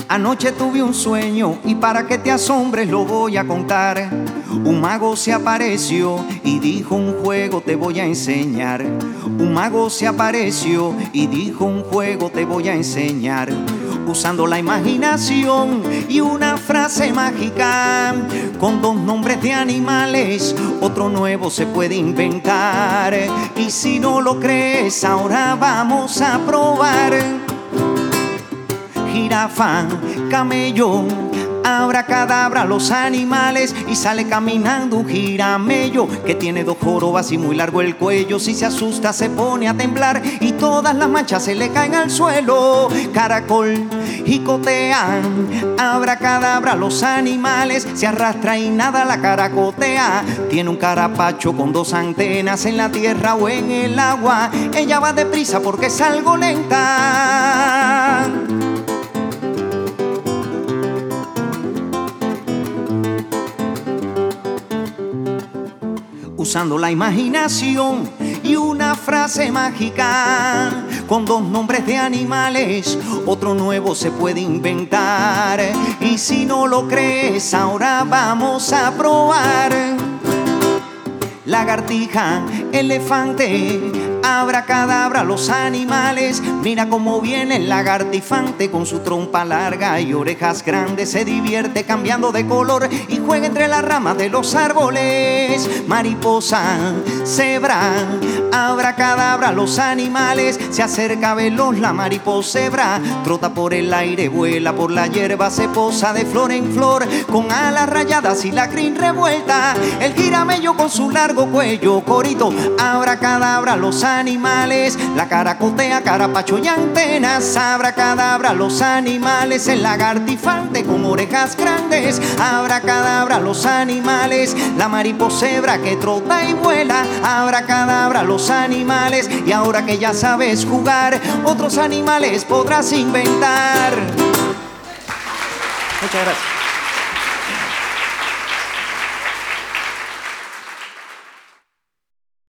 Anoche tuve un sueño y para que te asombres lo voy a contar. Un mago se apareció y dijo un juego te voy a enseñar. Un mago se apareció y dijo un juego te voy a enseñar. Usando la imaginación y una frase mágica, con dos nombres de animales, otro nuevo se puede inventar. Y si no lo crees, ahora vamos a probar. Jirafa, camello, abracadabra los animales y sale caminando un jiramello que tiene dos jorobas y muy largo el cuello. Si se asusta se pone a temblar y todas las manchas se le caen al suelo. Caracol, jicotea, abracadabra los animales, se arrastra y nada la caracotea. Tiene un carapacho con dos antenas en la tierra o en el agua. Ella va deprisa porque es algo lenta. Usando la imaginación y una frase mágica, con dos nombres de animales, otro nuevo se puede inventar. Y si no lo crees, ahora vamos a probar. Lagartija, elefante, abracadabra los animales. Mira cómo viene el lagartifante con su trompa larga y orejas grandes. Se divierte cambiando de color y juega entre las ramas de los árboles. Mariposa, cebra, abracadabra los animales. Se acerca veloz la mariposa cebra, trota por el aire, vuela por la hierba, se posa de flor en flor con alas rayadas y la crin revuelta. El jiramello con su largo cuello, corito, abracadabra los animales. La caracotea, carapacho y antenas, abracadabra los animales. El lagartifante con orejas grandes, abracadabra los animales. La mariposa cebra que trota y vuela, abracadabra los animales. Y ahora que ya sabes jugar, otros animales podrás inventar. Muchas gracias.